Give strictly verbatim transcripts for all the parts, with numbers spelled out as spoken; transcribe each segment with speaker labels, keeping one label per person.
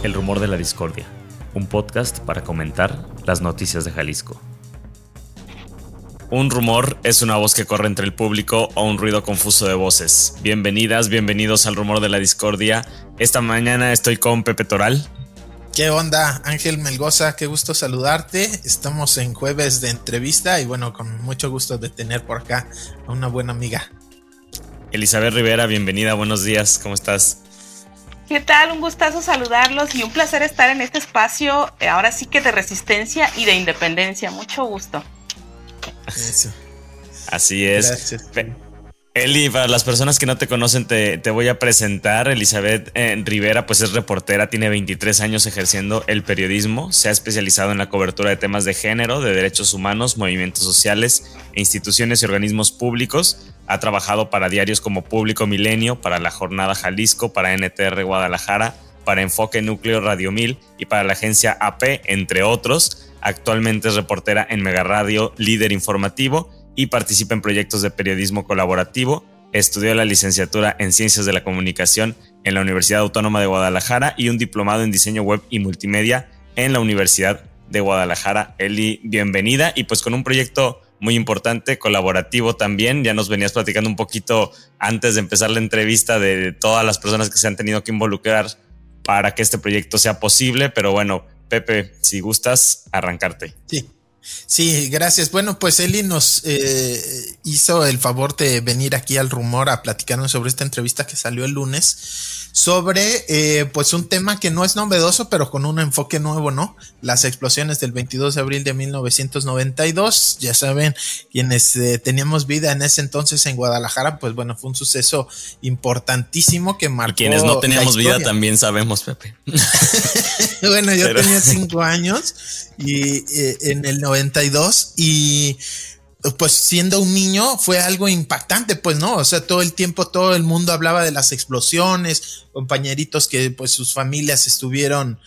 Speaker 1: El Rumor de la Discordia, un podcast para comentar las noticias de Jalisco. Un rumor es una voz que corre entre el público o un ruido confuso de voces. Bienvenidas, bienvenidos al Rumor de la Discordia. Esta mañana estoy con Pepe Toral.
Speaker 2: ¿Qué onda, Ángel Melgoza? Qué gusto saludarte. Estamos en jueves de entrevista y bueno, con mucho gusto de tener por acá a una buena amiga.
Speaker 1: Elizabeth Rivera, bienvenida, buenos días, ¿cómo estás?
Speaker 3: ¿Qué tal? Un gustazo saludarlos y un placer estar en este espacio, ahora sí que de resistencia y de independencia. Mucho gusto.
Speaker 2: Eso.
Speaker 1: Así es.
Speaker 2: Gracias.
Speaker 1: Eli, para las personas que no te conocen, te, te voy a presentar. Elizabeth eh, Rivera, pues es reportera, tiene veintitrés años ejerciendo el periodismo, se ha especializado en la cobertura de temas de género, de derechos humanos, movimientos sociales, instituciones y organismos públicos. Ha trabajado para diarios como Público Milenio, para La Jornada Jalisco, para N T R Guadalajara, para Enfoque Núcleo Radio mil y para la agencia A P, entre otros. Actualmente es reportera en Mega Radio, líder informativo, y participa en proyectos de periodismo colaborativo. Estudió la licenciatura en Ciencias de la Comunicación en la Universidad Autónoma de Guadalajara y un diplomado en Diseño Web y Multimedia en la Universidad de Guadalajara. Eli, bienvenida, y pues con un proyecto muy importante, colaborativo también. Ya nos venías platicando un poquito antes de empezar la entrevista de todas las personas que se han tenido que involucrar para que este proyecto sea posible, pero bueno, Pepe, si gustas, arrancarte.
Speaker 2: Sí. Sí, gracias. Bueno, pues Eli nos eh, hizo el favor de venir aquí al Rumor a platicarnos sobre esta entrevista que salió el lunes sobre eh, pues un tema que no es novedoso, pero con un enfoque nuevo, ¿no? Las explosiones del veintidós de abril de mil novecientos noventa y dos. Ya saben, quienes eh, teníamos vida en ese entonces en Guadalajara, pues bueno, fue un suceso importantísimo que marcó.
Speaker 1: Y quienes no teníamos vida también sabemos, Pepe.
Speaker 2: Bueno, yo
Speaker 1: pero...
Speaker 2: tenía cinco años y eh, en el noventa y dos, y pues siendo un niño fue algo impactante, pues no, o sea, todo el tiempo todo el mundo hablaba de las explosiones, compañeritos que pues sus familias estuvieron,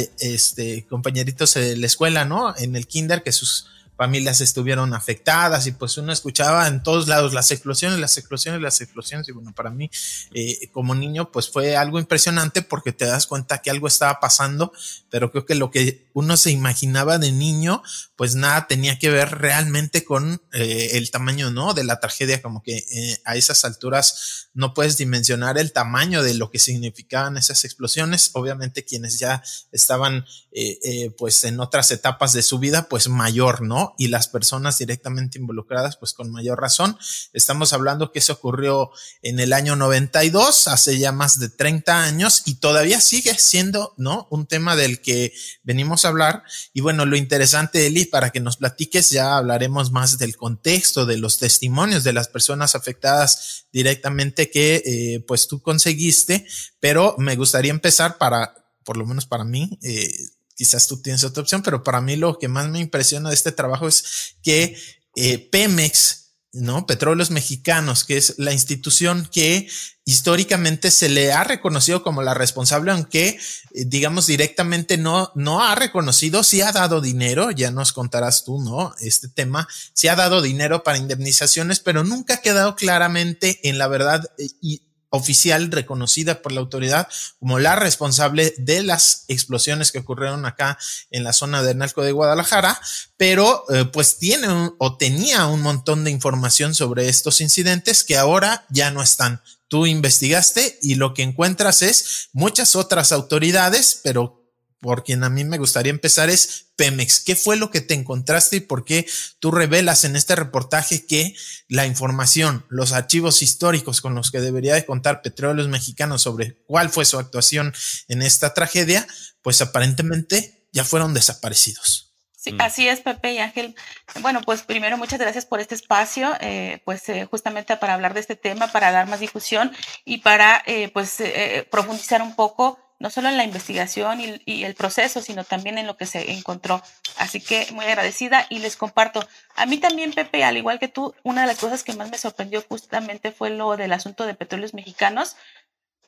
Speaker 2: este, compañeritos de la escuela, ¿no? En el kinder, que sus familias estuvieron afectadas, y pues uno escuchaba en todos lados las explosiones, las explosiones, las explosiones, y bueno, para mí eh, como niño pues fue algo impresionante porque te das cuenta que algo estaba pasando, pero creo que lo que uno se imaginaba de niño pues nada tenía que ver realmente con eh, el tamaño, ¿no? De la tragedia, como que eh, a esas alturas no puedes dimensionar el tamaño de lo que significaban esas explosiones. Obviamente quienes ya estaban eh, eh, pues en otras etapas de su vida pues mayor, ¿no? Y las personas directamente involucradas pues con mayor razón. Estamos hablando que eso ocurrió en el año noventa y dos, hace ya más de treinta años, y todavía sigue siendo, ¿no? Un tema del que venimos a hablar. Y bueno, lo interesante, Eli, para que nos platiques, ya hablaremos más del contexto, de los testimonios de las personas afectadas directamente que eh, pues tú conseguiste, pero me gustaría empezar para, por lo menos para mí, eh, quizás tú tienes otra opción, pero para mí lo que más me impresiona de este trabajo es que eh, Pemex, ¿no? Petróleos Mexicanos, que es la institución que históricamente se le ha reconocido como la responsable, aunque eh, digamos directamente no, no ha reconocido, sí ha dado dinero, ya nos contarás tú, ¿no? Este tema, sí ha dado dinero para indemnizaciones, pero nunca ha quedado claramente en la verdad eh, y oficial reconocida por la autoridad como la responsable de las explosiones que ocurrieron acá en la zona de Analco de Guadalajara, pero eh, pues tiene un, o tenía un montón de información sobre estos incidentes que ahora ya no están. Tú investigaste y lo que encuentras es muchas otras autoridades, pero por quien a mí me gustaría empezar es Pemex. ¿Qué fue lo que te encontraste y por qué tú revelas en este reportaje que la información, los archivos históricos con los que debería de contar Petróleos Mexicanos sobre cuál fue su actuación en esta tragedia, pues aparentemente ya fueron desaparecidos?
Speaker 3: Sí, así es, Pepe y Ángel. Bueno, pues primero muchas gracias por este espacio, eh, pues eh, justamente para hablar de este tema, para dar más difusión y para eh, pues eh, profundizar un poco no solo en la investigación y, y el proceso, sino también en lo que se encontró. Así que muy agradecida y les comparto. A mí también, Pepe, al igual que tú, una de las cosas que más me sorprendió justamente fue lo del asunto de Petróleos Mexicanos.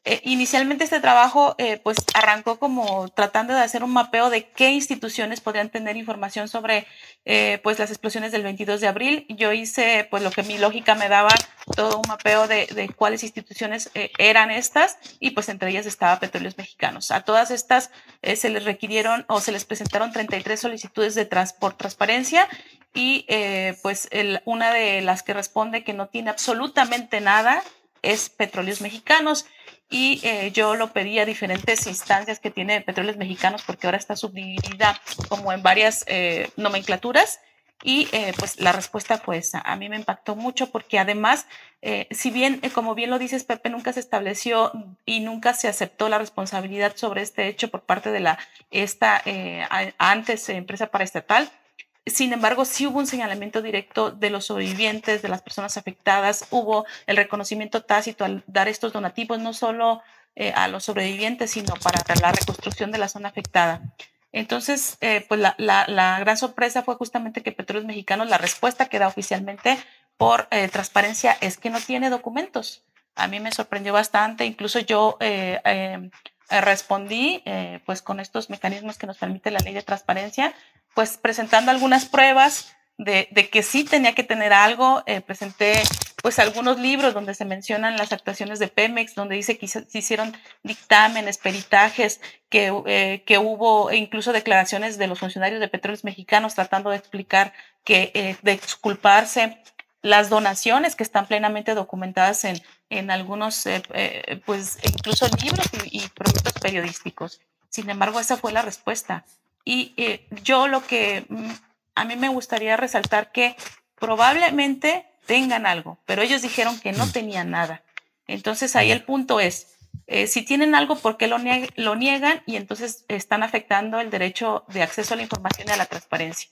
Speaker 3: Eh, inicialmente este trabajo eh, pues arrancó como tratando de hacer un mapeo de qué instituciones podrían tener información sobre eh, pues las explosiones del veintidós de abril. Yo hice pues lo que mi lógica me daba, todo un mapeo de, de cuáles instituciones eh, eran estas, y pues entre ellas estaba Petróleos Mexicanos. A todas estas eh, se les requirieron o se les presentaron treinta y tres solicitudes de trans, por transparencia, y eh, pues el, una de las que responde que no tiene absolutamente nada es Petróleos Mexicanos. Y eh, yo lo pedí a diferentes instancias que tiene Petróleos Mexicanos, porque ahora está subdividida como en varias eh, nomenclaturas, y eh, pues la respuesta fue esa. A mí me impactó mucho porque además, eh, si bien, eh, como bien lo dices, Pepe, nunca se estableció y nunca se aceptó la responsabilidad sobre este hecho por parte de la esta eh, antes empresa paraestatal. Sin embargo, sí hubo un señalamiento directo de los sobrevivientes, de las personas afectadas, hubo el reconocimiento tácito al dar estos donativos, no solo eh, a los sobrevivientes, sino para la reconstrucción de la zona afectada. Entonces, eh, pues la, la, la gran sorpresa fue justamente que Petróleos Mexicanos, la respuesta que da oficialmente por eh, transparencia es que no tiene documentos. A mí me sorprendió bastante, incluso yo eh, eh, respondí eh, pues con estos mecanismos que nos permite la ley de transparencia, pues presentando algunas pruebas de, de que sí tenía que tener algo. Eh, presenté pues algunos libros donde se mencionan las actuaciones de Pemex, donde dice que se hicieron dictámenes, peritajes, que, eh, que hubo incluso declaraciones de los funcionarios de Petróleos Mexicanos tratando de explicar que, eh, de exculparse, las donaciones que están plenamente documentadas en, en algunos, eh, eh, pues incluso libros y, y productos periodísticos. Sin embargo, esa fue la respuesta. Y eh, yo lo que mm, a mí me gustaría resaltar que probablemente tengan algo, pero ellos dijeron que no tenían nada. Entonces ahí el punto es, eh, si tienen algo, ¿por qué lo, nieg lo niegan? Y entonces están afectando el derecho de acceso a la información y a la transparencia.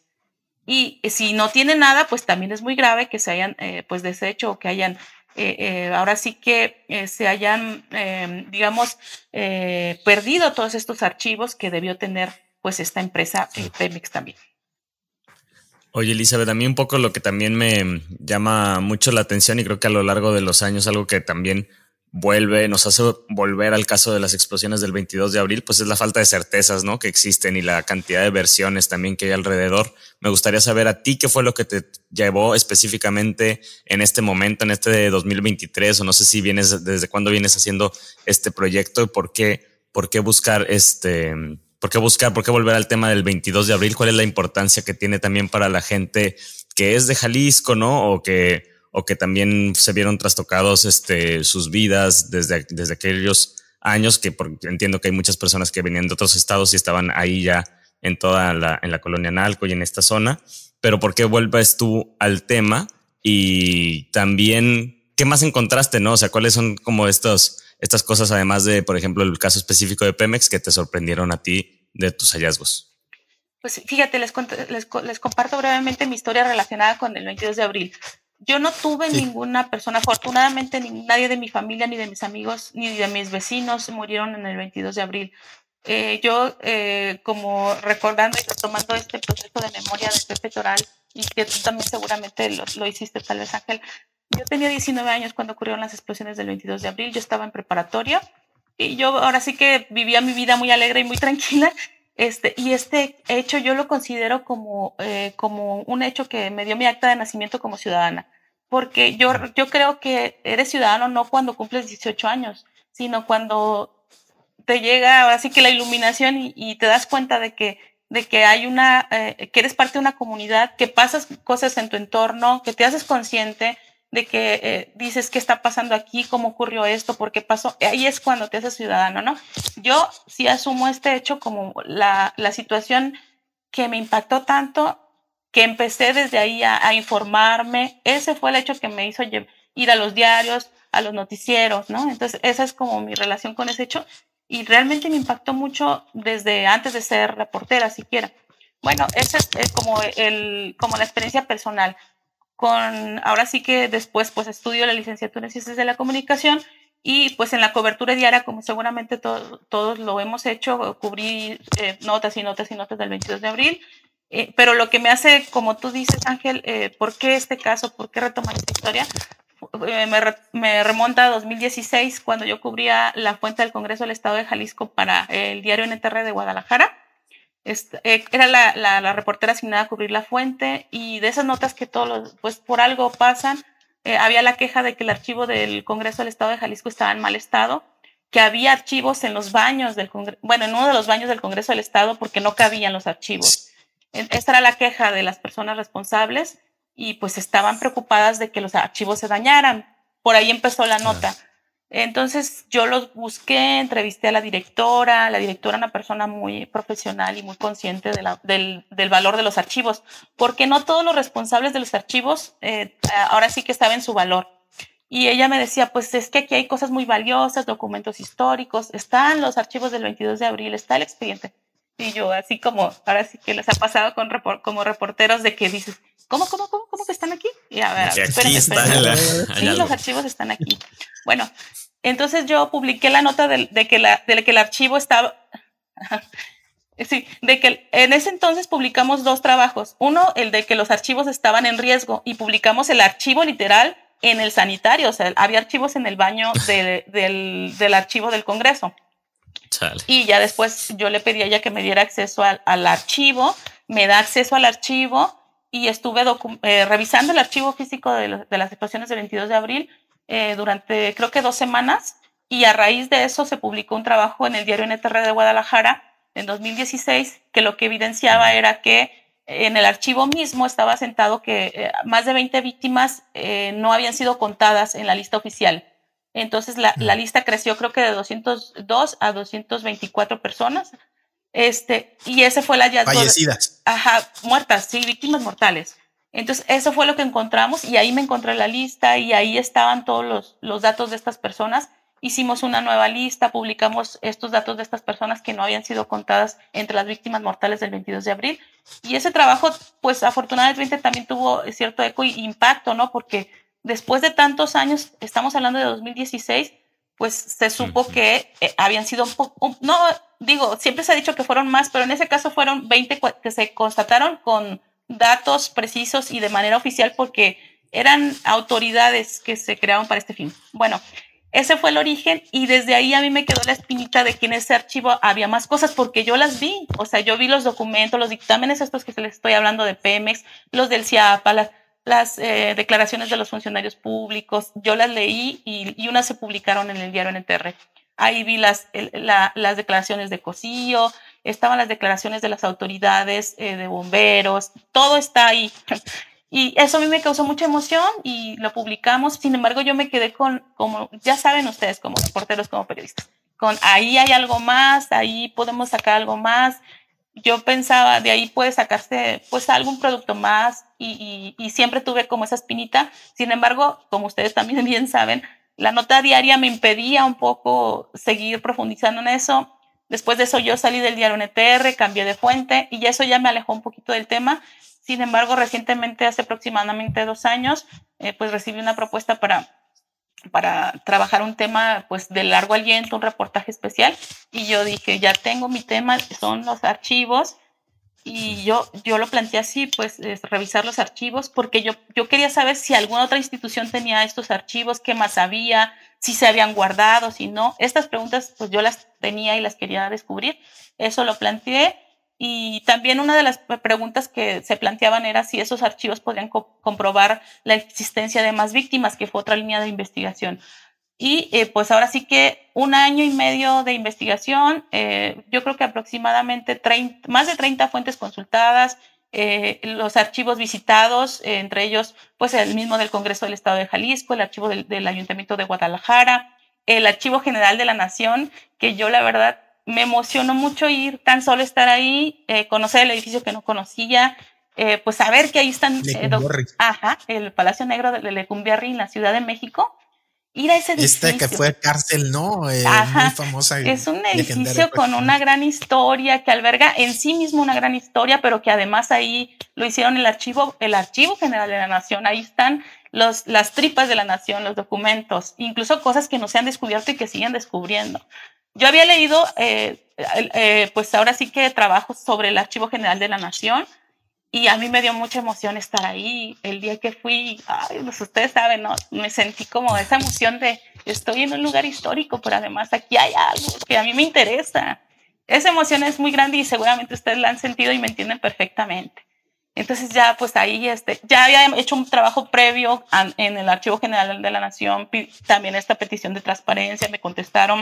Speaker 3: Y si no tienen nada, pues también es muy grave que se hayan eh, pues deshecho o que hayan, eh, eh, ahora sí que eh, se hayan, eh, digamos, eh, perdido todos estos archivos que debió tener pues esta empresa eh, Pemex también.
Speaker 1: Oye, Elizabeth, a mí un poco lo que también me llama mucho la atención, y creo que a lo largo de los años algo que también vuelve, nos hace volver al caso de las explosiones del veintidós de abril, pues es la falta de certezas, ¿no?, que existen, y la cantidad de versiones también que hay alrededor. Me gustaría saber a ti qué fue lo que te llevó específicamente en este momento, en este dos mil veintitrés, o no sé si vienes, desde cuándo vienes haciendo este proyecto, y por qué, por qué buscar este... ¿Por qué buscar, por qué volver al tema del veintidós de abril? ¿Cuál es la importancia que tiene también para la gente que es de Jalisco, ¿no? O que, o que también se vieron trastocados este, sus vidas desde, desde aquellos años, que por, entiendo que hay muchas personas que venían de otros estados y estaban ahí ya en toda la, en la colonia Analco y en esta zona. Pero ¿por qué vuelves tú al tema? Y también, ¿qué más encontraste, no? O sea, ¿cuáles son como estos... estas cosas, además de, por ejemplo, el caso específico de Pemex, que te sorprendieron a ti de tus hallazgos?
Speaker 3: Pues fíjate, les, les, les comparto brevemente mi historia relacionada con el veintidós de abril. Yo no tuve sí. ninguna persona, afortunadamente ni, nadie de mi familia, ni de mis amigos, ni de mis vecinos murieron en el veintidós de abril. Eh, yo, eh, como recordando y retomando este proceso de memoria de Pepe Toral, y que tú también seguramente lo, lo hiciste tal vez, Ángel, yo tenía diecinueve años cuando ocurrieron las explosiones del veintidós de abril, yo estaba en preparatoria y yo ahora sí que vivía mi vida muy alegre y muy tranquila, este, y este hecho yo lo considero como, eh, como un hecho que me dio mi acta de nacimiento como ciudadana, porque yo, yo creo que eres ciudadano no cuando cumples dieciocho años, sino cuando te llega así que la iluminación y, y te das cuenta de que de que hay una, eh, que eres parte de una comunidad, que pasas cosas en tu entorno, que te haces consciente de que eh, dices qué está pasando aquí, cómo ocurrió esto, por qué pasó. Ahí es cuando te haces ciudadano, ¿no? Yo sí asumo este hecho como la, la situación que me impactó tanto, que empecé desde ahí a, a informarme. Ese fue el hecho que me hizo ir a los diarios, a los noticieros, ¿no? Entonces esa es como mi relación con ese hecho, y realmente me impactó mucho desde antes de ser reportera siquiera. Bueno, esa es, es como, el, como la experiencia personal. Con, ahora sí que después pues estudio la licenciatura en Ciencias de la Comunicación, y pues en la cobertura diaria, como seguramente to todos lo hemos hecho, cubrí eh, notas y notas y notas del veintidós de abril, eh, pero lo que me hace, como tú dices, Ángel, eh, ¿por qué este caso? ¿Por qué retomar esta historia? eh, me, re, me remonta a dos mil dieciséis, cuando yo cubría la fuente del Congreso del Estado de Jalisco para el diario N T R de Guadalajara. Este, eh, era la, la, la reportera asignada a cubrir la fuente, y de esas notas que todos los, pues por algo pasan, eh, había la queja de que el archivo del Congreso del Estado de Jalisco estaba en mal estado, que había archivos en los baños del Congreso, bueno, en uno de los baños del Congreso del Estado porque no cabían los archivos. Esta era la queja de las personas responsables, y pues estaban preocupadas de que los archivos se dañaran. Por ahí empezó la nota. Entonces yo los busqué, entrevisté a la directora. La directora era una persona muy profesional y muy consciente de la, del, del valor de los archivos, porque no todos los responsables de los archivos eh, ahora sí que saben su valor. Y ella me decía, pues es que aquí hay cosas muy valiosas, documentos históricos, están los archivos del veintidós de abril, está el expediente. Y yo, así como, ahora sí que les ha pasado con report, como reporteros, de que dices, ¿cómo, cómo, cómo, cómo que están aquí? Y a ver, espérenme, espérenme. La, sí, los archivos están aquí. Bueno, entonces yo publiqué la nota de, de, que, la, de que el archivo estaba... Sí, de que en ese entonces publicamos dos trabajos. Uno, el de que los archivos estaban en riesgo, y publicamos el archivo literal en el sanitario. O sea, había archivos en el baño de, del, del archivo del Congreso. Chale. Y ya después yo le pedí a ella que me diera acceso al, al archivo, me da acceso al archivo, y estuve eh, revisando el archivo físico de, lo, de las expresiones del veintidós de abril eh, durante creo que dos semanas, y a raíz de eso se publicó un trabajo en el diario N T R de Guadalajara en dos mil dieciséis, que lo que evidenciaba era que en el archivo mismo estaba sentado que eh, más de veinte víctimas eh, no habían sido contadas en la lista oficial. Entonces la, la lista creció creo que de doscientos dos a doscientas veinticuatro personas. Este, y ese fue el hallazgo.
Speaker 2: Fallecidas.
Speaker 3: De, ajá, muertas, sí, víctimas mortales. Entonces eso fue lo que encontramos, y ahí me encontré la lista, y ahí estaban todos los, los datos de estas personas. Hicimos una nueva lista, publicamos estos datos de estas personas que no habían sido contadas entre las víctimas mortales del veintidós de abril. Y ese trabajo, pues afortunadamente también tuvo cierto eco y impacto, ¿no? Porque después de tantos años, estamos hablando de dos mil dieciséis, pues se supo uh-huh. que eh, habían sido un poco, no, digo, siempre se ha dicho que fueron más, pero en ese caso fueron veinte que se constataron con datos precisos y de manera oficial, porque eran autoridades que se crearon para este fin. Bueno, ese fue el origen, y desde ahí a mí me quedó la espinita de que en ese archivo había más cosas, porque yo las vi. O sea, yo vi los documentos, los dictámenes estos que se les estoy hablando de Pemex, los del CIAPA, las, las eh, declaraciones de los funcionarios públicos, yo las leí, y, y unas se publicaron en el diario N T R. Ahí vi las, el, la, las declaraciones de Cosío, estaban las declaraciones de las autoridades eh, de bomberos, todo está ahí. Y eso a mí me causó mucha emoción, y lo publicamos. Sin embargo, yo me quedé con, como ya saben ustedes, como reporteros, como periodistas, con ahí hay algo más, ahí podemos sacar algo más. Yo pensaba, de ahí puede sacarse pues algún producto más, y, y, y siempre tuve como esa espinita. Sin embargo, como ustedes también bien saben, la nota diaria me impedía un poco seguir profundizando en eso. Después de eso yo salí del diario N T R, cambié de fuente, y eso ya me alejó un poquito del tema. Sin embargo, recientemente, hace aproximadamente dos años, eh, pues recibí una propuesta para, para trabajar un tema pues de largo aliento, un reportaje especial, y yo dije, ya tengo mi tema, son los archivos, y yo, yo lo planteé así, pues es revisar los archivos, porque yo, yo quería saber si alguna otra institución tenía estos archivos, qué más había, si se habían guardado, si no. Estas preguntas pues yo las tenía y las quería descubrir, eso lo planteé. Y también una de las preguntas que se planteaban era si esos archivos podrían co- comprobar la existencia de más víctimas, que fue otra línea de investigación. Y eh, pues ahora sí que un año y medio de investigación, eh, yo creo que aproximadamente treinta, más de treinta fuentes consultadas, eh, los archivos visitados, eh, entre ellos pues el mismo del Congreso del Estado de Jalisco, el archivo del, del Ayuntamiento de Guadalajara, el Archivo General de la Nación, que yo la verdad me emocionó mucho ir, tan solo estar ahí, eh, conocer el edificio que no conocía, eh, pues saber que ahí están eh, do, ajá, el Palacio Negro de Lecumberri en la Ciudad de México. Ir a ese edificio.
Speaker 2: Esta que fue cárcel, ¿no? Eh,
Speaker 3: ajá,
Speaker 2: muy famosa.
Speaker 3: Es un edificio con una gran historia, que alberga en sí mismo una gran historia, pero que además ahí lo hicieron el archivo, el Archivo General de la Nación. Ahí están los, las tripas de la nación, los documentos, incluso cosas que no se han descubierto y que siguen descubriendo. Yo había leído, eh, eh, pues ahora sí que trabajos sobre el Archivo General de la Nación, Y a mí me dio mucha emoción estar ahí. El día que fui, ay, pues ustedes saben, ¿no? Me sentí como esa emoción de estoy en un lugar histórico, pero además aquí hay algo que a mí me interesa. Esa emoción es muy grande y seguramente ustedes la han sentido y me entienden perfectamente. Entonces ya pues ahí este, ya había hecho un trabajo previo en el Archivo General de la Nación, también esta petición de transparencia, me contestaron,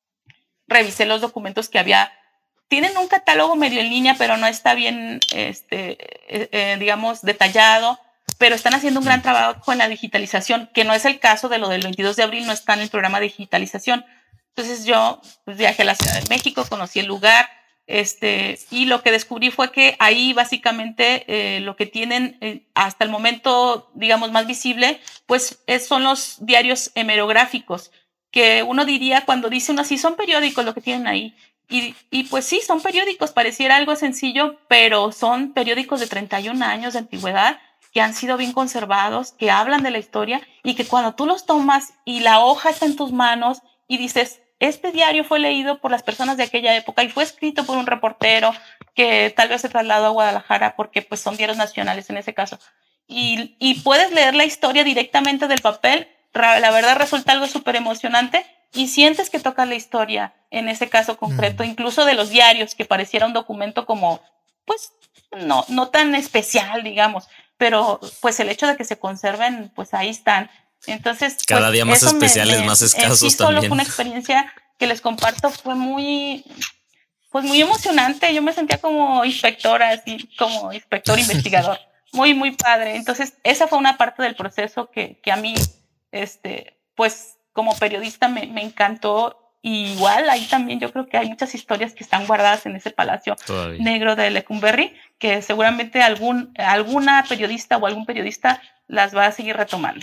Speaker 3: revisé los documentos que había. Tienen un catálogo medio en línea, pero no está bien, este, eh, eh, digamos, detallado, pero están haciendo un gran trabajo en la digitalización, que no es el caso de lo del veintidós de abril, no está en el programa de digitalización. Entonces yo pues, viajé a la Ciudad de México, conocí el lugar, este, y lo que descubrí fue que ahí básicamente eh, lo que tienen eh, hasta el momento, digamos, más visible, pues es, son los diarios hemerográficos, que uno diría cuando dice uno así, son periódicos lo que tienen ahí. Y, y pues sí, son periódicos, pareciera algo sencillo, pero son periódicos de treinta y un años de antigüedad que han sido bien conservados, que hablan de la historia y que cuando tú los tomas y la hoja está en tus manos y dices, este diario fue leído por las personas de aquella época y fue escrito por un reportero que tal vez se trasladó a Guadalajara porque pues son diarios nacionales en ese caso. Y, y puedes leer la historia directamente del papel, la verdad resulta algo súper emocionante. Y sientes que tocas la historia, en ese caso concreto, mm. incluso de los diarios, que pareciera un documento como, pues, no, no tan especial, digamos, pero pues el hecho de que se conserven, pues ahí están. Entonces,
Speaker 1: cada
Speaker 3: pues,
Speaker 1: día más
Speaker 3: eso
Speaker 1: especiales,
Speaker 3: me, me,
Speaker 1: más escasos
Speaker 3: en sí solo
Speaker 1: también.
Speaker 3: Fue una experiencia que les comparto, fue muy, pues muy emocionante. Yo me sentía como inspectora, así como inspector investigador, muy, muy padre. Entonces, esa fue una parte del proceso que, que a mí, este, pues, como periodista me, me encantó. Y igual ahí también yo creo que hay muchas historias que están guardadas en ese Palacio Todavía. Negro de Lecumberri, que seguramente algún, alguna periodista o algún periodista las va a seguir retomando.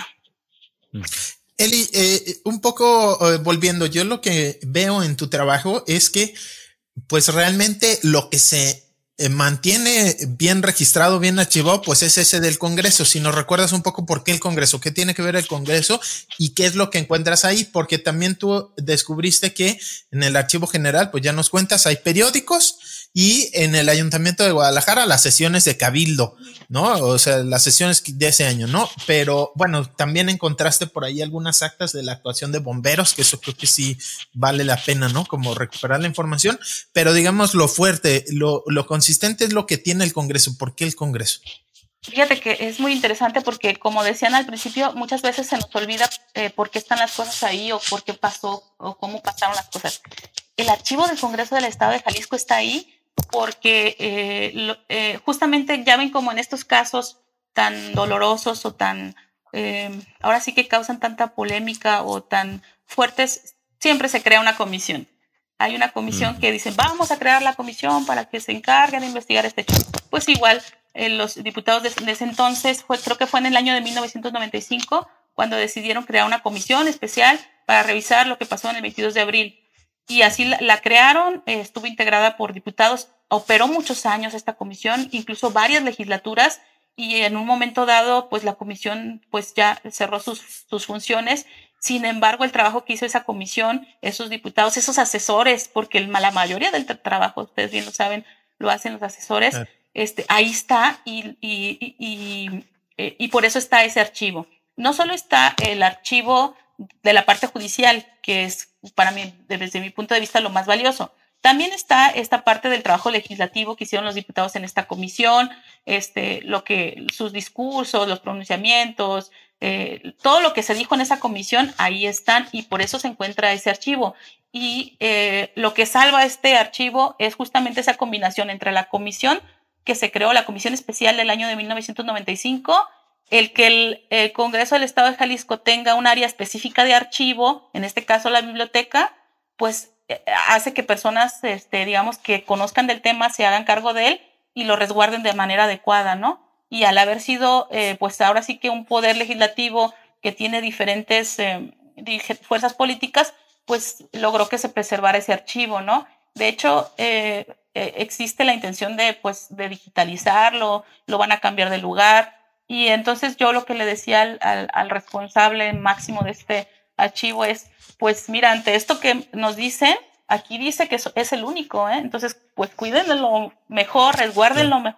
Speaker 2: Eli, eh, un poco eh, volviendo, yo lo que veo en tu trabajo es que pues realmente lo que se eh, mantiene bien registrado, bien archivado, pues es ese del Congreso. Si nos recuerdas un poco por qué el Congreso, qué tiene que ver el Congreso y qué es lo que encuentras ahí, porque también tú descubriste que en el Archivo General, pues ya nos cuentas, hay periódicos y en el Ayuntamiento de Guadalajara las sesiones de Cabildo, ¿no? O sea, las sesiones de ese año, ¿no? Pero bueno, también encontraste por ahí algunas actas de la actuación de bomberos, que eso creo que sí vale la pena, ¿no? Como recuperar la información, pero digamos lo fuerte, lo, lo consistente es lo que tiene el Congreso. ¿Por qué el Congreso?
Speaker 3: Fíjate que es muy interesante porque, como decían al principio, muchas veces se nos olvida eh, por qué están las cosas ahí o por qué pasó o cómo pasaron las cosas. El archivo del Congreso del Estado de Jalisco está ahí porque eh, lo, eh, justamente ya ven como en estos casos tan dolorosos o tan, eh, ahora sí que causan tanta polémica o tan fuertes, siempre se crea una comisión. Hay una comisión mm. que dice, vamos a crear la comisión para que se encargue de investigar este hecho. Pues igual, eh, los diputados de, de ese entonces, fue, creo que fue en el año de mil novecientos noventa y cinco, cuando decidieron crear una comisión especial para revisar lo que pasó en el veintidós de abril. Y así la, la crearon, eh, estuvo integrada por diputados, operó muchos años esta comisión, incluso varias legislaturas, y en un momento dado, pues la comisión pues ya cerró sus, sus funciones. Sin embargo, el trabajo que hizo esa comisión, esos diputados, esos asesores, porque el, la mayoría del tra- trabajo, ustedes bien lo saben, lo hacen los asesores, ah. este, ahí está y, y, y, y, y, y por eso está ese archivo. No solo está el archivo de la parte judicial, que es para mí, desde mi punto de vista, lo más valioso. También está esta parte del trabajo legislativo que hicieron los diputados en esta comisión, este, lo que, sus discursos, los pronunciamientos, eh, todo lo que se dijo en esa comisión, ahí están y por eso se encuentra ese archivo. Y eh, lo que salva este archivo es justamente esa combinación entre la comisión que se creó, la comisión especial del año de mil novecientos noventa y cinco, el que el, el Congreso del Estado de Jalisco tenga un área específica de archivo, en este caso la biblioteca, pues hace que personas, este, digamos, que conozcan del tema se hagan cargo de él y lo resguarden de manera adecuada, ¿no? Y al haber sido, eh, pues ahora sí que un poder legislativo que tiene diferentes eh, fuerzas políticas, pues logró que se preservara ese archivo, ¿no? De hecho, eh, eh, existe la intención de, pues, de digitalizarlo, lo van a cambiar de lugar. Y entonces yo lo que le decía al, al, al responsable máximo de este archivo es, pues mira, ante esto que nos dicen, aquí dice que es el único, ¿eh? Entonces, pues cuídenlo mejor, resguárdenlo mejor,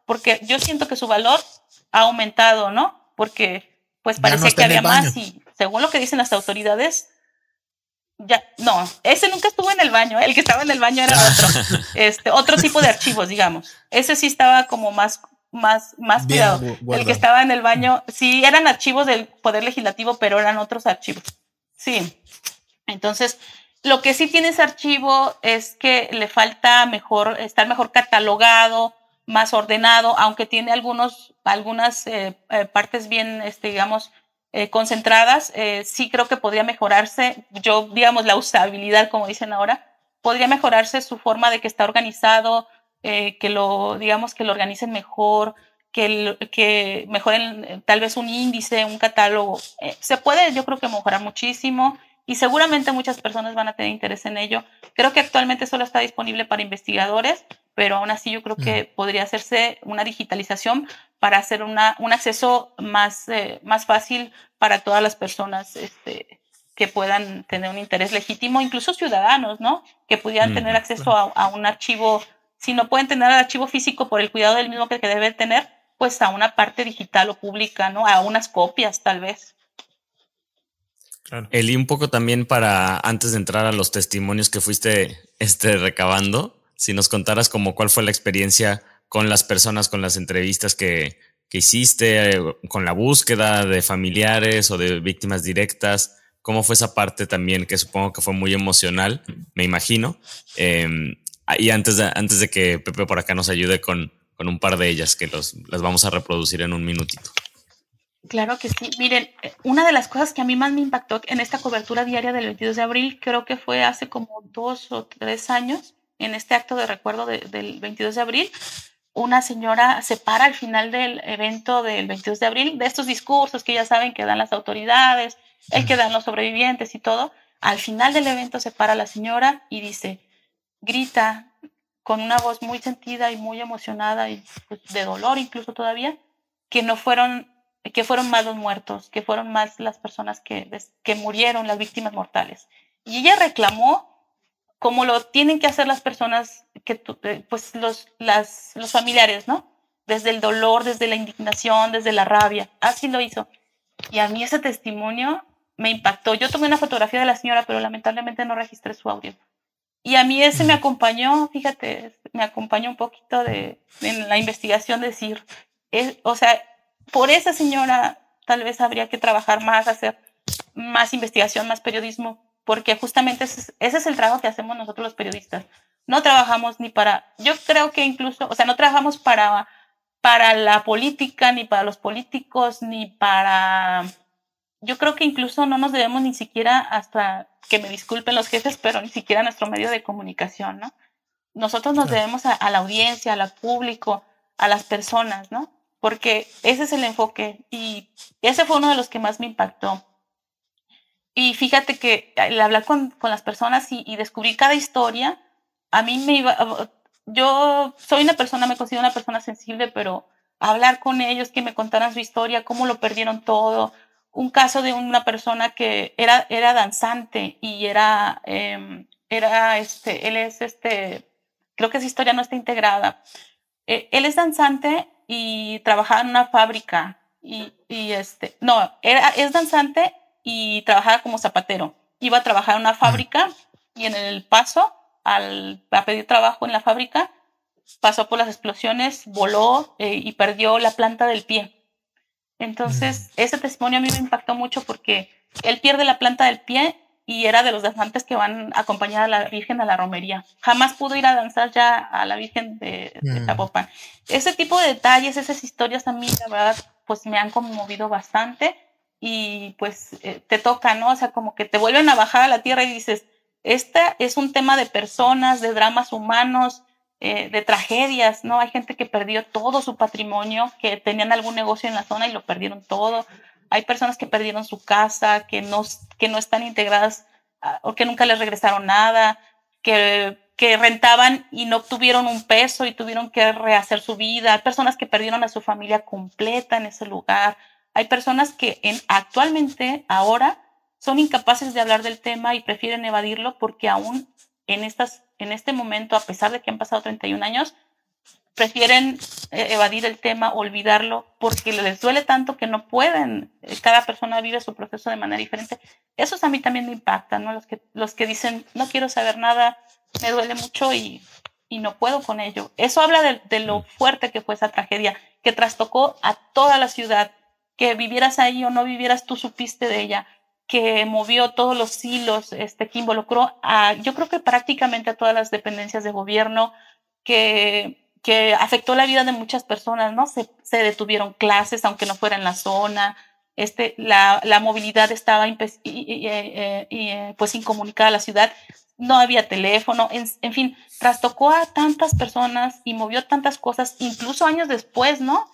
Speaker 3: porque yo siento que su valor ha aumentado, ¿no? Porque pues parecía
Speaker 2: no
Speaker 3: que había más y según lo que dicen las autoridades, ya, no, ese nunca estuvo en el baño, el que estaba en el baño era otro, este, otro tipo de archivos, digamos. Ese sí estaba como más, más, más
Speaker 2: bien
Speaker 3: cuidado.
Speaker 2: guardado.
Speaker 3: El que estaba en el baño, sí eran archivos del Poder Legislativo, pero eran otros archivos. Sí. Entonces, lo que sí tiene ese archivo es que le falta mejor, estar mejor catalogado, más ordenado, aunque tiene algunos, algunas eh, eh, partes bien, este, digamos, eh, concentradas, eh, sí creo que podría mejorarse. Yo, digamos, la usabilidad, como dicen ahora, podría mejorarse su forma de que está organizado, eh, que lo, digamos, que lo organicen mejor, que, que mejoren tal vez un índice, un catálogo. Eh, se puede, yo creo que mejorar muchísimo. Y seguramente muchas personas van a tener interés en ello. Creo que actualmente solo está disponible para investigadores, pero aún así yo creo que mm. podría hacerse una digitalización para hacer una, un acceso más, eh, más fácil para todas las personas este, que puedan tener un interés legítimo, incluso ciudadanos, ¿no? Que pudieran mm, tener acceso claro. a, a un archivo, si no pueden tener el archivo físico por el cuidado del mismo que, que deben tener, pues a una parte digital o pública, ¿no? A unas copias tal vez.
Speaker 1: Claro. Eli, un poco también para, antes de entrar a los testimonios que fuiste este, recabando, si nos contaras como cuál fue la experiencia con las personas, con las entrevistas que, que hiciste, eh, con la búsqueda de familiares o de víctimas directas, cómo fue esa parte también, que supongo que fue muy emocional, me imagino. Eh, y antes de, antes de que Pepe por acá nos ayude con, con un par de ellas, que los, las vamos a reproducir en un minutito.
Speaker 3: Claro que sí. Miren, una de las cosas que a mí más me impactó en esta cobertura diaria del veintidós de abril, creo que fue hace como dos o tres años, en este acto de recuerdo de, del veintidós de abril, una señora se para al final del evento del veintidós de abril, de estos discursos que ya saben que dan las autoridades, el que dan los sobrevivientes y todo. Al final del evento se para la señora y dice, grita con una voz muy sentida y muy emocionada y pues, de dolor incluso todavía, que no fueron... que fueron más los muertos, que fueron más las personas que, que murieron, las víctimas mortales. Y ella reclamó, como lo tienen que hacer las personas, que pues los, las, los familiares, ¿no? Desde el dolor, desde la indignación, desde la rabia. Así lo hizo. Y a mí ese testimonio me impactó. Yo tomé una fotografía de la señora, pero lamentablemente no registré su audio. Y a mí ese me acompañó, fíjate, me acompañó un poquito de, en la investigación, decir, es, o sea, por esa señora tal vez habría que trabajar más, hacer más investigación, más periodismo, porque justamente ese es, ese es el trabajo que hacemos nosotros los periodistas. No trabajamos ni para, yo creo que incluso, o sea, no trabajamos para, para la política, ni para los políticos, ni para, yo creo que incluso no nos debemos ni siquiera, hasta que me disculpen los jefes, pero ni siquiera a nuestro medio de comunicación, ¿no? Nosotros nos debemos a, a la audiencia, al público, a las personas, ¿no? Porque ese es el enfoque y ese fue uno de los que más me impactó. Y fíjate que al hablar con, con las personas y, y descubrir cada historia, a mí me iba, yo soy una persona, me considero una persona sensible, pero hablar con ellos, que me contaran su historia, cómo lo perdieron todo. Un caso de una persona que era, era danzante y era, eh, era este, él es este, creo que esa historia no está integrada. Eh, él es danzante y trabajaba en una fábrica y, y este, no, era, es danzante y trabajaba como zapatero. Iba a trabajar en una fábrica y en el paso al, a pedir trabajo en la fábrica pasó por las explosiones, voló eh, y perdió la planta del pie. Entonces, ese testimonio a mí me impactó mucho porque él pierde la planta del pie y era de los danzantes que van a acompañar a la Virgen a la romería. Jamás pudo ir a danzar ya a la Virgen de, de Zapopan. Ese tipo de detalles, esas historias a mí, la verdad, pues me han conmovido bastante y pues eh, te toca, ¿no? O sea, como que te vuelven a bajar a la tierra y dices, este es un tema de personas, de dramas humanos, eh, de tragedias, ¿no? Hay gente que perdió todo su patrimonio, que tenían algún negocio en la zona y lo perdieron todo. Hay personas que perdieron su casa, que no, que no están integradas o que nunca les regresaron nada, que, que rentaban y no obtuvieron un peso y tuvieron que rehacer su vida. Hay personas que perdieron a su familia completa en ese lugar. Hay personas que en, actualmente, ahora, son incapaces de hablar del tema y prefieren evadirlo porque aún en, estas, en este momento, a pesar de que han pasado treinta y un años, prefieren eh, evadir el tema, olvidarlo, porque les duele tanto que no pueden. Cada persona vive su proceso de manera diferente. Esos a mí también me impactan, ¿no? Los que, los que dicen, no quiero saber nada, me duele mucho y, y no puedo con ello. Eso habla de, de lo fuerte que fue esa tragedia, que trastocó a toda la ciudad, que vivieras ahí o no vivieras, tú supiste de ella, que movió todos los hilos, este, que involucró a, yo creo que prácticamente a todas las dependencias de gobierno, que... que afectó la vida de muchas personas, ¿no? Se, se detuvieron clases, aunque no fuera en la zona, este, la, la movilidad estaba impe- y, y, y, y, pues incomunicada a la ciudad, no había teléfono, en, en fin, trastocó a tantas personas y movió tantas cosas, incluso años después, ¿no?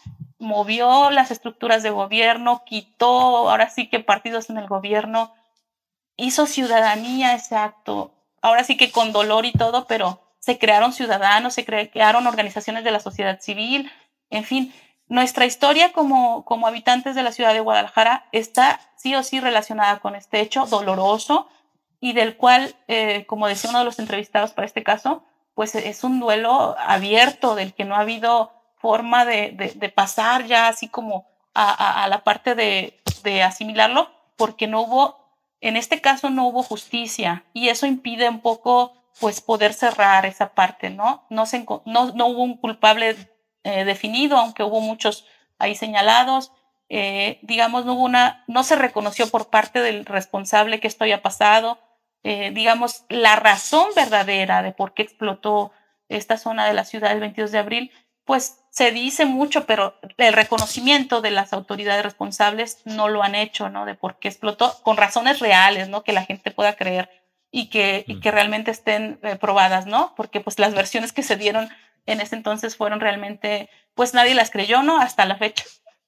Speaker 3: Movió las estructuras de gobierno, quitó, ahora sí que partidos en el gobierno, hizo ciudadanía ese acto, ahora sí que con dolor y todo, pero se crearon ciudadanos, se crearon organizaciones de la sociedad civil, en fin, nuestra historia como, como habitantes de la ciudad de Guadalajara está sí o sí relacionada con este hecho doloroso y del cual, eh, como decía uno de los entrevistados para este caso, pues es un duelo abierto del que no ha habido forma de, de, de pasar ya así como a, a, a la parte de, de asimilarlo, porque no hubo, en este caso no hubo justicia y eso impide un poco pues poder cerrar esa parte, ¿no? No, se, no, no hubo un culpable eh, definido, aunque hubo muchos ahí señalados, eh, digamos, no hubo una, no se reconoció por parte del responsable que esto haya pasado, eh, digamos, la razón verdadera de por qué explotó esta zona de la ciudad el veintidós de abril, pues se dice mucho, pero el reconocimiento de las autoridades responsables no lo han hecho, ¿no? De por qué explotó, con razones reales, ¿no? Que la gente pueda creer y que, y que realmente estén eh, probadas, ¿no? Porque pues las versiones que se dieron en ese entonces fueron realmente, pues nadie las creyó, ¿no? Hasta la fecha.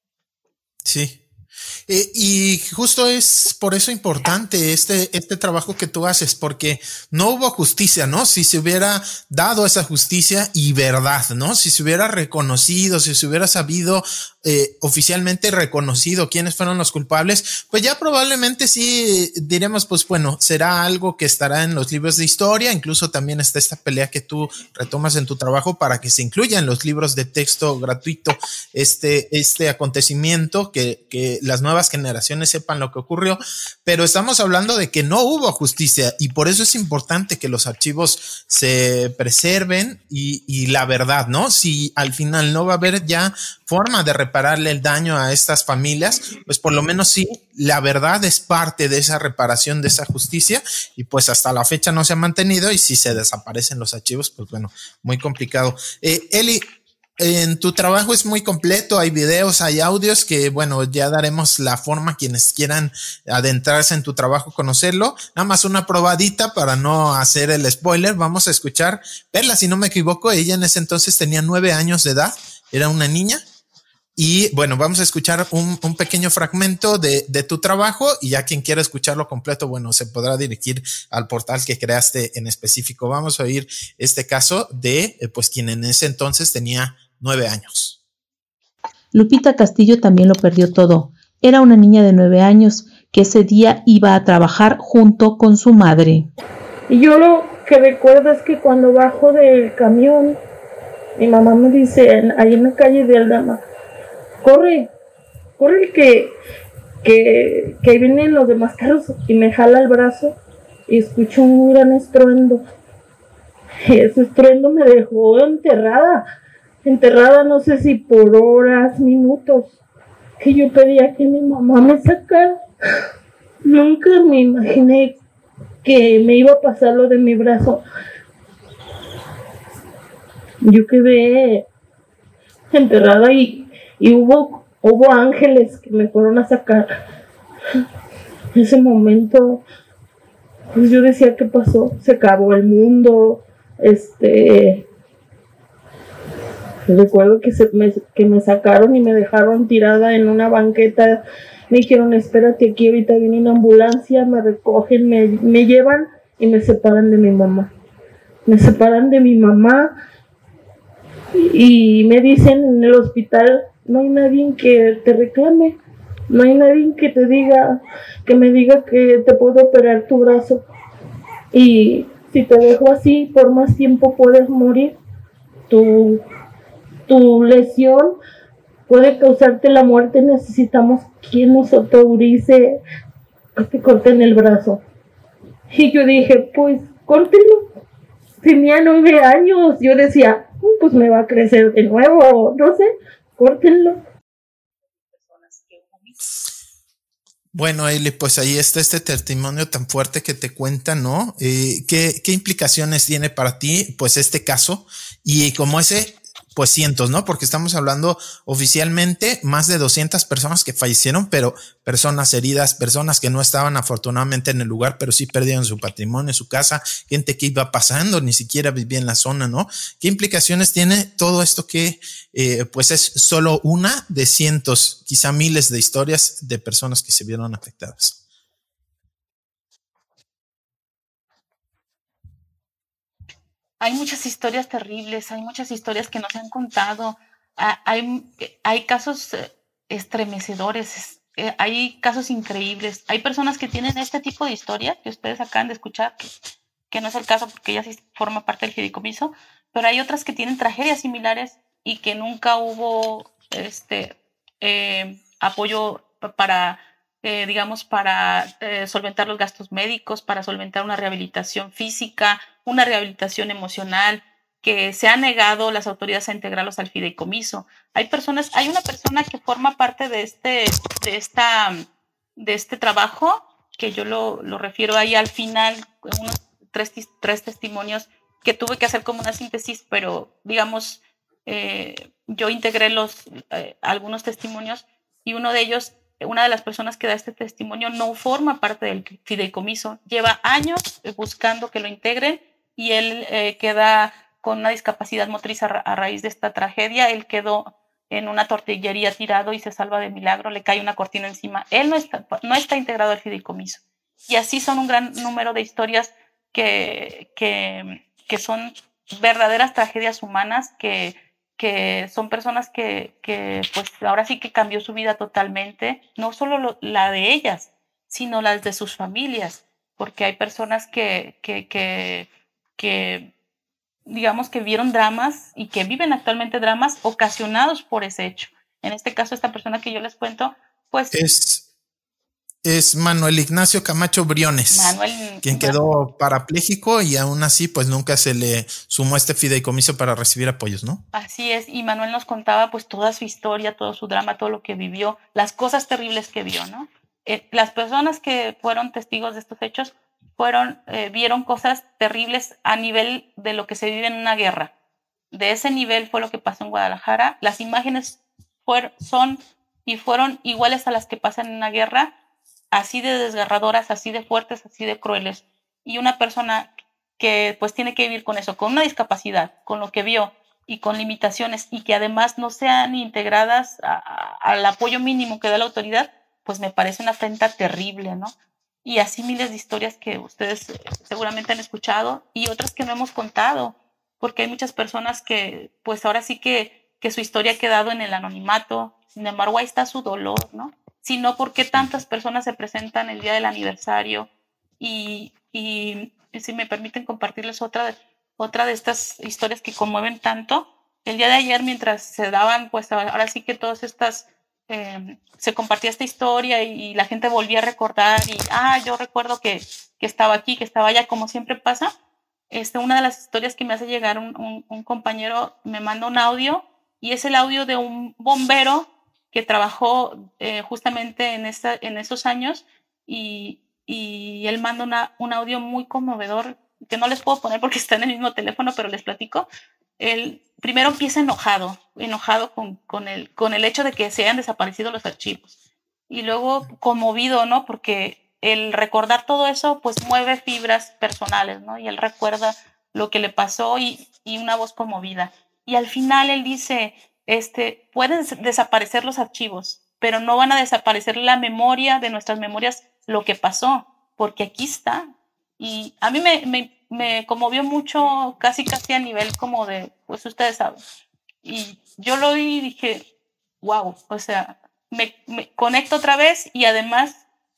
Speaker 2: Sí. Eh, y justo es por eso importante este, este trabajo que tú haces, porque no hubo justicia, ¿no? Si se hubiera dado esa justicia y verdad, ¿no? Si se hubiera reconocido, si se hubiera sabido eh, oficialmente reconocido quiénes fueron los culpables, pues ya probablemente sí diremos, pues bueno, será algo que estará en los libros de historia. Incluso también está esta pelea que tú retomas en tu trabajo para que se incluya en los libros de texto gratuito este, este acontecimiento, que, que las nuevas generaciones sepan lo que ocurrió, pero estamos hablando de que no hubo justicia y por eso es importante que los archivos se preserven y, y la verdad, ¿no? Si al final no va a haber ya forma de repararle el daño a estas familias, pues por lo menos sí, la verdad es parte de esa reparación, de esa justicia, y pues hasta la fecha no se ha mantenido, y si se desaparecen los archivos, pues bueno, muy complicado. Eh, Eli, en tu trabajo es muy completo, hay videos, hay audios que, bueno, ya daremos la forma quienes quieran adentrarse en tu trabajo, conocerlo. Nada más una probadita para no hacer el spoiler. Vamos a escuchar Perla, si no me equivoco, ella en ese entonces tenía nueve años de edad, era una niña. Y bueno, vamos a escuchar un, un pequeño fragmento de, de tu trabajo, y ya quien quiera escucharlo completo, bueno, se podrá dirigir al portal que creaste en específico. Vamos a oír este caso de, eh, pues, quien en ese entonces tenía nueve años.
Speaker 4: Lupita Castillo también lo perdió todo. Era una niña de nueve años que ese día iba a trabajar junto con su madre.
Speaker 5: Y yo lo que recuerdo es que cuando bajo del camión, mi mamá me dice, ahí en la calle de Aldama, corre, corre que, que, que ahí vienen los demás carros, y me jala el brazo y escucho un gran estruendo. Y ese estruendo me dejó enterrada, enterrada no sé si por horas, minutos, que yo pedía que mi mamá me sacara. Nunca me imaginé que me iba a pasar lo de mi brazo. Yo quedé enterrada y Y hubo, hubo ángeles que me fueron a sacar. En ese momento, pues yo decía, ¿qué pasó? Se acabó el mundo. Este, recuerdo que, se, me, que me sacaron y me dejaron tirada en una banqueta. Me dijeron, espérate aquí, ahorita viene una ambulancia, me recogen, me, me llevan y me separan de mi mamá. Me separan de mi mamá y, y me dicen en el hospital, no hay nadie que te reclame, no hay nadie que te diga, que me diga que te puedo operar tu brazo, y si te dejo así por más tiempo puedes morir. Tu, tu lesión puede causarte la muerte, necesitamos quien nos autorice que te corten el brazo. Y yo dije, pues, córtenlo. Tenía nueve años, yo decía, pues me va a crecer de nuevo, no sé, córtenlo.
Speaker 2: Bueno, Eli, pues ahí está este testimonio tan fuerte que te cuenta, ¿no? Eh, ¿qué, ¿Qué implicaciones tiene para ti, pues, este caso? Y como ese, pues cientos, ¿no? Porque estamos hablando oficialmente más de doscientas personas que fallecieron, pero personas heridas, personas que no estaban afortunadamente en el lugar, pero sí perdieron su patrimonio, su casa, gente que iba pasando, ni siquiera vivía en la zona, ¿no? ¿Qué implicaciones tiene todo esto que, eh, pues es solo una de cientos, quizá miles de historias de personas que se vieron afectadas?
Speaker 3: Hay muchas historias terribles, hay muchas historias que no se han contado, hay, hay casos estremecedores, hay casos increíbles, hay personas que tienen este tipo de historias que ustedes acaban de escuchar, que, que no es el caso porque ella sí forma parte del fideicomiso, pero hay otras que tienen tragedias similares y que nunca hubo este eh, apoyo para, eh, digamos, para eh, solventar los gastos médicos, para solventar una rehabilitación física, una rehabilitación emocional, que se ha negado las autoridades a integrarlos al fideicomiso. Hay personas, hay una persona que forma parte de este, de esta, de este trabajo, que yo lo, lo refiero ahí al final, unos tres, tres testimonios que tuve que hacer como una síntesis, pero digamos, eh, yo integré los, eh, algunos testimonios y uno de ellos, una de las personas que da este testimonio no forma parte del fideicomiso, lleva años buscando que lo integren y él eh, queda con una discapacidad motriz a, ra a raíz de esta tragedia. Él quedó en una tortillería tirado y se salva de milagro, le cae una cortina encima. Él no está, no está integrado al fideicomiso. Y así son un gran número de historias que, que, que son verdaderas tragedias humanas, que, que son personas que, que pues ahora sí que cambió su vida totalmente, no solo lo, la de ellas, sino las de sus familias, porque hay personas que, que, que, que digamos que vieron dramas y que viven actualmente dramas ocasionados por ese hecho. En este caso, esta persona que yo les cuento, pues...
Speaker 2: Es, es Manuel Ignacio Camacho Briones, Manuel, quien quedó parapléjico y aún así pues nunca se le sumó este fideicomiso para recibir apoyos, ¿no?
Speaker 3: Así es, y Manuel nos contaba pues toda su historia, todo su drama, todo lo que vivió, las cosas terribles que vio, ¿no? Eh, las personas que fueron testigos de estos hechos fueron, eh, vieron cosas terribles a nivel de lo que se vive en una guerra. De ese nivel fue lo que pasó en Guadalajara. Las imágenes fueron, son y fueron iguales a las que pasan en una guerra, así de desgarradoras, así de fuertes, así de crueles. Y una persona que pues tiene que vivir con eso, con una discapacidad, con lo que vio y con limitaciones y que además no sean integradas a, a, al apoyo mínimo que da la autoridad, pues me parece una afrenta terrible, ¿no? Y así miles de historias que ustedes seguramente han escuchado y otras que no hemos contado, porque hay muchas personas que pues ahora sí que, que su historia ha quedado en el anonimato, sin embargo ahí está su dolor, ¿no? Sino porque tantas personas se presentan el día del aniversario y, y, y si me permiten compartirles otra de, otra de estas historias que conmueven tanto. El día de ayer, mientras se daban, pues ahora sí que todas estas... Eh, se compartía esta historia y, y la gente volvía a recordar y, ah, yo recuerdo que, que estaba aquí, que estaba allá, como siempre pasa. Este, una de las historias que me hace llegar un, un, un compañero me manda un audio y es el audio de un bombero que trabajó eh, justamente en, esta, en esos años y, y él manda una, un audio muy conmovedor que no les puedo poner porque está en el mismo teléfono, pero les platico. Él primero empieza enojado, enojado con, con, el, con el hecho de que se hayan desaparecido los archivos. Y luego conmovido, ¿no? Porque el recordar todo eso, pues mueve fibras personales, ¿no? Y él recuerda lo que le pasó y, y una voz conmovida. Y al final él dice, este, pueden desaparecer los archivos, pero no van a desaparecer la memoria de nuestras memorias, lo que pasó, porque aquí está. Y a mí me... me me conmovió mucho, casi casi a nivel como de, pues ustedes saben. Y yo lo vi y dije, wow, o sea, me, me conecto otra vez y además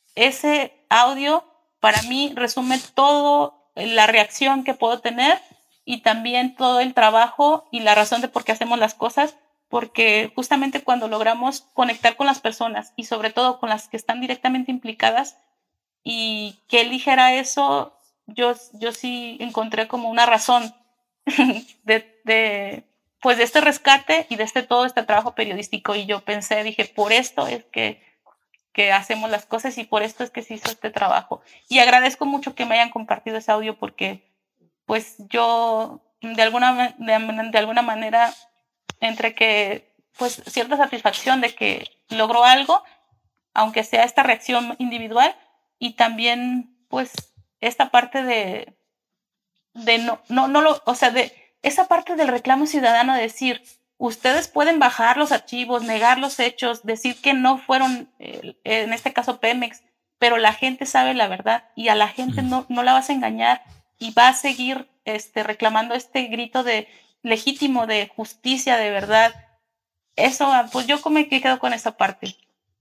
Speaker 3: ese audio para mí resume todo la reacción que puedo tener y también todo el trabajo y la razón de por qué hacemos las cosas porque justamente cuando logramos conectar con las personas y sobre todo con las que están directamente implicadas y que él dijera eso, yo, yo sí encontré como una razón de, de, pues de este rescate y de este todo este trabajo periodístico, y yo pensé, dije, por esto es que, que hacemos las cosas y por esto es que se hizo este trabajo. Y agradezco mucho que me hayan compartido ese audio porque pues yo de alguna, de, de alguna manera entre que pues cierta satisfacción de que logró algo, aunque sea esta reacción individual, y también pues esta parte de de no, no, no lo, o sea, de esa parte del reclamo ciudadano de decir, ustedes pueden bajar los archivos, negar los hechos, decir que no fueron, eh, en este caso Pemex, pero la gente sabe la verdad y a la gente no, no la vas a engañar y va a seguir este, reclamando este grito de legítimo de justicia, de verdad. Eso, pues yo me quedo con esa parte.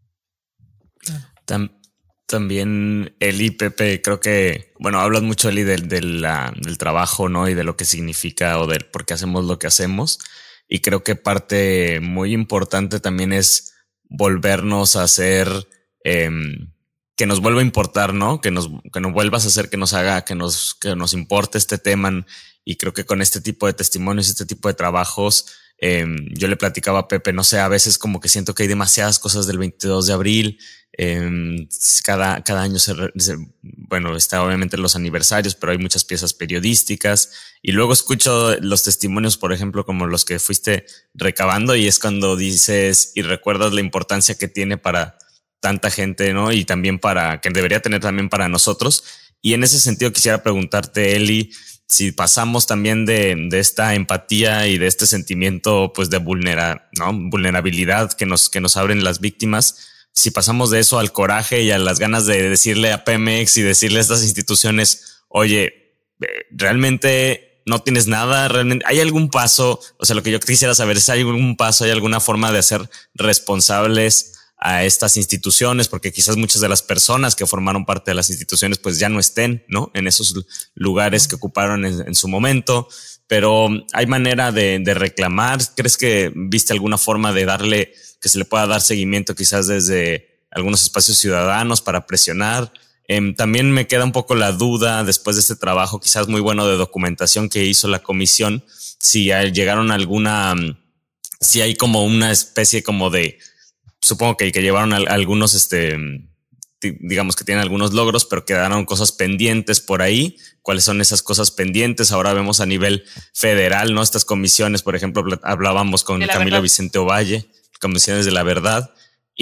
Speaker 1: Tam- También Eli, Pepe, creo que, bueno, hablas mucho, Eli, del, del, la, del trabajo, ¿no? Y de lo que significa o del por qué hacemos lo que hacemos. Y creo que parte muy importante también es volvernos a hacer, eh, que nos vuelva a importar, ¿no? Que nos, que nos vuelvas a hacer que nos haga, que nos, que nos importe este tema. Y creo que con este tipo de testimonios, este tipo de trabajos, eh, yo le platicaba a Pepe, no sé, a veces como que siento que hay demasiadas cosas del veintidós de abril. Eh, cada, cada año se, se, bueno, está obviamente los aniversarios, pero hay muchas piezas periodísticas y luego escucho los testimonios, por ejemplo, como los que fuiste recabando, y es cuando dices y recuerdas la importancia que tiene para tanta gente, ¿no? Y también para, que debería tener también para nosotros. Y en ese sentido quisiera preguntarte, Eli, si pasamos también de, de esta empatía y de este sentimiento, pues de vulnera, ¿no? vulnerabilidad que nos, que nos abren las víctimas, si pasamos de eso al coraje y a las ganas de decirle a Pemex y decirle a estas instituciones, oye, realmente no tienes nada, realmente hay algún paso, o sea, lo que yo quisiera saber es, ¿hay algún paso, hay alguna forma de hacer responsables a estas instituciones? Porque quizás muchas de las personas que formaron parte de las instituciones pues ya no estén, ¿no? En esos lugares que ocuparon en, en su momento, pero ¿hay manera de, de reclamar? ¿Crees que viste alguna forma de darle, que se le pueda dar seguimiento quizás desde algunos espacios ciudadanos para presionar? Eh, también me queda un poco la duda después de este trabajo quizás muy bueno de documentación que hizo la comisión, si llegaron a alguna, si hay como una especie como de, supongo que, que llevaron a, a algunos, este, digamos que tienen algunos logros, pero quedaron cosas pendientes por ahí. ¿Cuáles son esas cosas pendientes? Ahora vemos a nivel federal, ¿no? Estas comisiones, por ejemplo, hablábamos con Camilo verdad. Vicente Ovalle, comisiones de la verdad,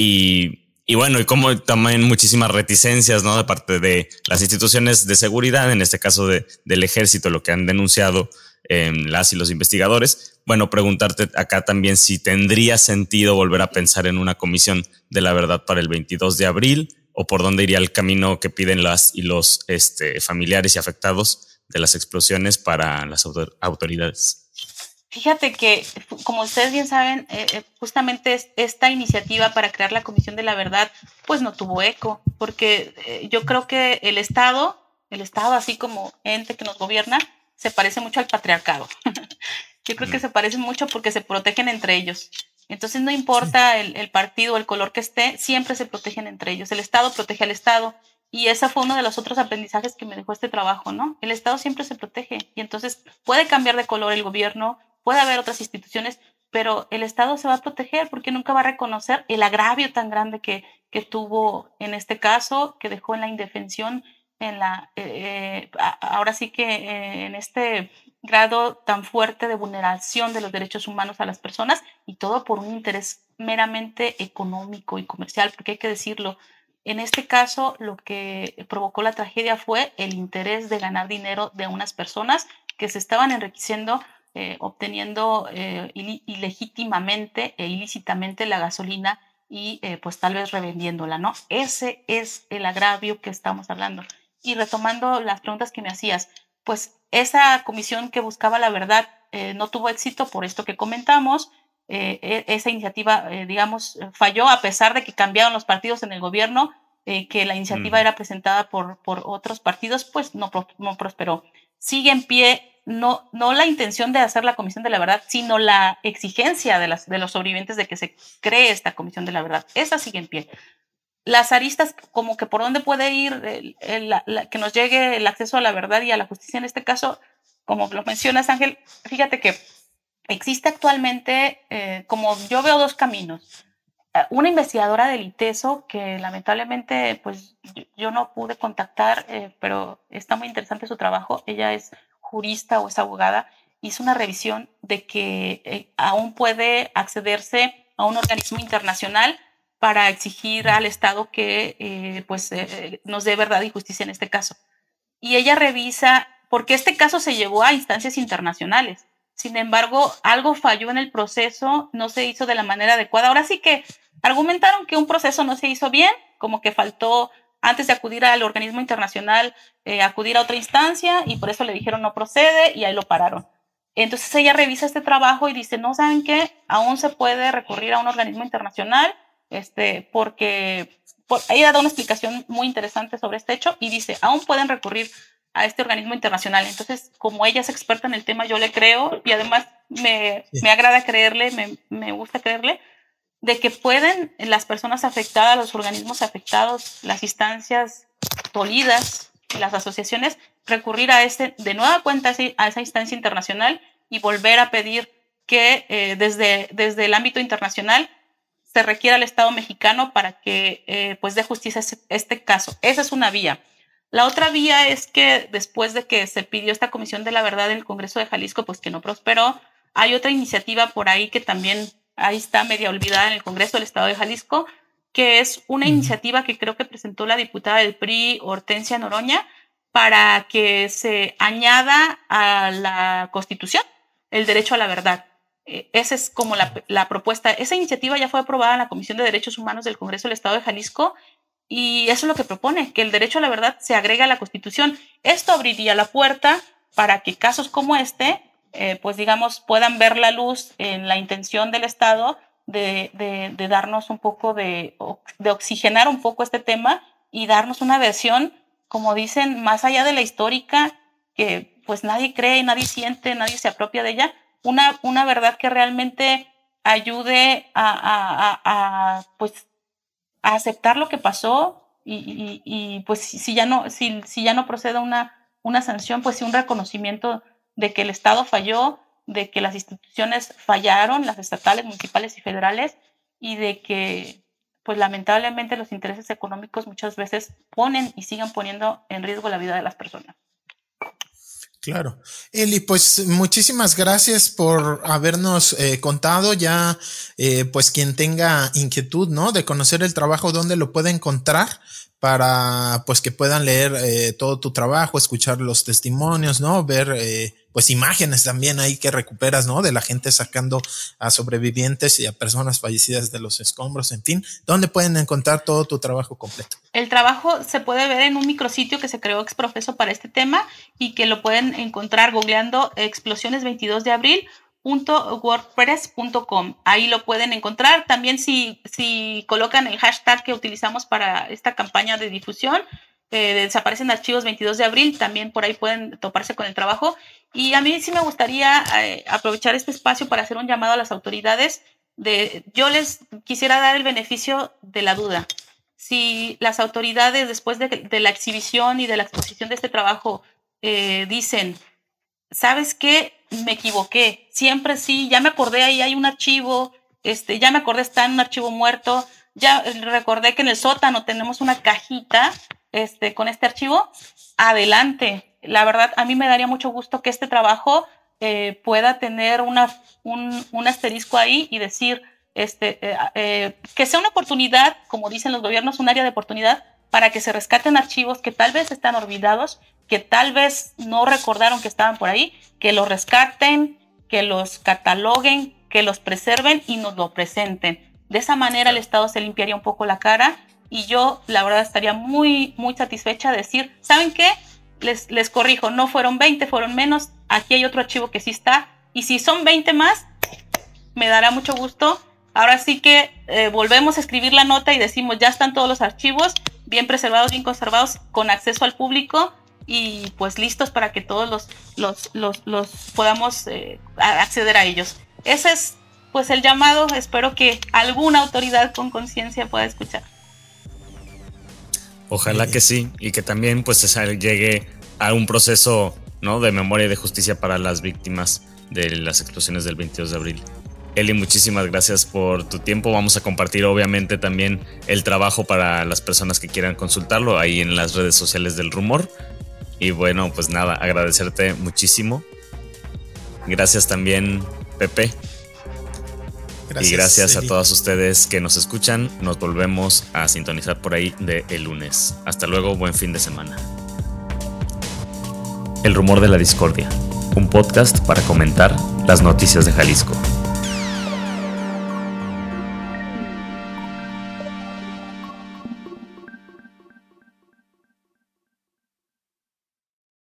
Speaker 1: y, y bueno, y como también muchísimas reticencias, ¿no? De parte de las instituciones de seguridad, en este caso de, del ejército, lo que han denunciado eh, las y los investigadores. Bueno, preguntarte acá también si tendría sentido volver a pensar en una comisión de la verdad para el veintidós de abril, o por dónde iría el camino que piden las y los este, familiares y afectados de las explosiones para las autor- autoridades.
Speaker 3: Fíjate que, como ustedes bien saben, eh, justamente esta iniciativa para crear la Comisión de la Verdad, pues no tuvo eco, porque eh, yo creo que el Estado, el Estado así como ente que nos gobierna, se parece mucho al patriarcado. Yo creo que se parecen mucho porque se protegen entre ellos. Entonces no importa el, el partido o el color que esté, siempre se protegen entre ellos. El Estado protege al Estado. Y ese fue uno de los otros aprendizajes que me dejó este trabajo, ¿no? El Estado siempre se protege. Y entonces puede cambiar de color el gobierno, puede haber otras instituciones, pero el Estado se va a proteger porque nunca va a reconocer el agravio tan grande que, que tuvo en este caso, que dejó en la indefensión, en la, eh, ahora sí que eh, en este grado tan fuerte de vulneración de los derechos humanos a las personas, y todo por un interés meramente económico y comercial, porque hay que decirlo, en este caso lo que provocó la tragedia fue el interés de ganar dinero de unas personas que se estaban enriqueciendo, eh, obteniendo eh, ilegítimamente e ilícitamente la gasolina y eh, pues tal vez revendiéndola, ¿no? Ese es el agravio que estamos hablando. Y retomando las preguntas que me hacías, pues esa comisión que buscaba la verdad eh, no tuvo éxito por esto que comentamos. Eh, esa iniciativa, eh, digamos, falló a pesar de que cambiaron los partidos en el gobierno, eh, que la iniciativa mm. era presentada por, por otros partidos, pues no, no prosperó. Sigue en pie no, no la intención de hacer la Comisión de la Verdad, sino la exigencia de, las, de los sobrevivientes de que se cree esta Comisión de la Verdad. Esa sigue en pie. Las aristas, como que por dónde puede ir el, el, la, la, que nos llegue el acceso a la verdad y a la justicia en este caso, como lo mencionas, Ángel, fíjate que existe actualmente, eh, como yo veo dos caminos. Una investigadora del ITESO que lamentablemente pues yo, yo no pude contactar, eh, pero está muy interesante su trabajo. Ella es jurista o es abogada. Hizo una revisión de que eh, aún puede accederse a un organismo internacional para exigir al Estado que eh, pues, eh, nos dé verdad y justicia en este caso. Y ella revisa, porque este caso se llevó a instancias internacionales. Sin embargo, algo falló en el proceso, no se hizo de la manera adecuada. Ahora sí que argumentaron que un proceso no se hizo bien, como que faltó, antes de acudir al organismo internacional, eh, acudir a otra instancia, y por eso le dijeron no procede, y ahí lo pararon. Entonces ella revisa este trabajo y dice, no, ¿saben qué? Aún se puede recurrir a un organismo internacional, este, porque por, ella da una explicación muy interesante sobre este hecho, y dice, aún pueden recurrir a este organismo internacional. Entonces, como ella es experta en el tema, yo le creo, y además me, sí. me agrada creerle, me, me gusta creerle, de que pueden las personas afectadas, los organismos afectados, las instancias tolidas, las asociaciones, recurrir a este, de nueva cuenta a esa instancia internacional y volver a pedir que eh, desde, desde el ámbito internacional se requiera al Estado mexicano para que eh, pues dé justicia a este, este caso. Esa es una vía. La otra vía es que después de que se pidió esta Comisión de la Verdad en el Congreso de Jalisco, pues que no prosperó, hay otra iniciativa por ahí que también ahí está media olvidada en el Congreso del Estado de Jalisco, que es una uh-huh. iniciativa que creo que presentó la diputada del P R I, Hortensia Noroña, para que se añada a la Constitución el derecho a la verdad. Eh, esa es como la, la propuesta. Esa iniciativa ya fue aprobada en la Comisión de Derechos Humanos del Congreso del Estado de Jalisco, y eso es lo que propone, que el derecho a la verdad se agregue a la Constitución. Esto abriría la puerta para que casos como este, eh, pues digamos, puedan ver la luz en la intención del Estado de, de, de darnos un poco de, de oxigenar un poco este tema y darnos una versión, como dicen, más allá de la histórica, que pues nadie cree y nadie siente, nadie se apropia de ella, una, una verdad que realmente ayude a, a, a, a pues a aceptar lo que pasó y, y, y pues si ya no, si, si ya no procede una, una sanción, pues sí un reconocimiento de que el Estado falló, de que las instituciones fallaron, las estatales, municipales y federales, y de que pues lamentablemente los intereses económicos muchas veces ponen y siguen poniendo en riesgo la vida de las personas.
Speaker 2: Claro. Eli, pues muchísimas gracias por habernos eh, contado ya, eh, pues quien tenga inquietud, ¿no? De conocer el trabajo, dónde lo puede encontrar para, pues que puedan leer eh, todo tu trabajo, escuchar los testimonios, ¿no? Ver, eh, pues imágenes también ahí que recuperas, ¿no? De la gente sacando a sobrevivientes y a personas fallecidas de los escombros, en fin. ¿Dónde pueden encontrar todo tu trabajo completo?
Speaker 3: El trabajo se puede ver en un micrositio que se creó ex profeso para este tema y que lo pueden encontrar googleando explosiones veintidós de abril punto wordpress punto com. Ahí lo pueden encontrar. También si, si colocan el hashtag que utilizamos para esta campaña de difusión, eh, desaparecen archivos veintidós de abril, también por ahí pueden toparse con el trabajo. Y a mí sí me gustaría eh, aprovechar este espacio para hacer un llamado a las autoridades. De, yo les quisiera dar el beneficio de la duda. Si las autoridades, después de, de la exhibición y de la exposición de este trabajo, eh, dicen, ¿sabes qué? Me equivoqué. Siempre sí, ya me acordé, ahí hay un archivo, este, ya me acordé, está en un archivo muerto, ya recordé que en el sótano tenemos una cajita este, con este archivo. Adelante. La verdad, a mí me daría mucho gusto que este trabajo eh, pueda tener una, un, un asterisco ahí y decir, este, eh, eh, que sea una oportunidad, como dicen los gobiernos, un área de oportunidad para que se rescaten archivos que tal vez están olvidados, que tal vez no recordaron que estaban por ahí, que los rescaten, que los cataloguen, que los preserven y nos lo presenten. De esa manera el Estado se limpiaría un poco la cara y yo, la verdad, estaría muy, muy satisfecha de decir, ¿saben qué? Les, les corrijo, no fueron veinte, fueron menos. Aquí hay otro archivo que sí está. Y si son veinte más, me dará mucho gusto. Ahora sí que eh, volvemos a escribir la nota y decimos, ya están todos los archivos bien preservados, bien conservados, con acceso al público. y pues listos para que todos los, los, los, los podamos eh, acceder a ellos. Ese es pues el llamado. Espero que alguna autoridad con conciencia pueda escuchar.
Speaker 1: Ojalá que sí, y que también pues se llegue a un proceso, ¿no?, de memoria y de justicia para las víctimas de las explosiones del veintidós de abril. Eli, muchísimas gracias por tu tiempo. Vamos a compartir obviamente también el trabajo para las personas que quieran consultarlo ahí en las redes sociales del Rumor. Y bueno, pues nada, agradecerte muchísimo. Gracias también, Pepe. Gracias, y gracias Eli. A todos ustedes que nos escuchan. Nos volvemos a sintonizar por ahí de el lunes. Hasta luego, buen fin de semana. El Rumor de la Discordia, un podcast para comentar las noticias de Jalisco.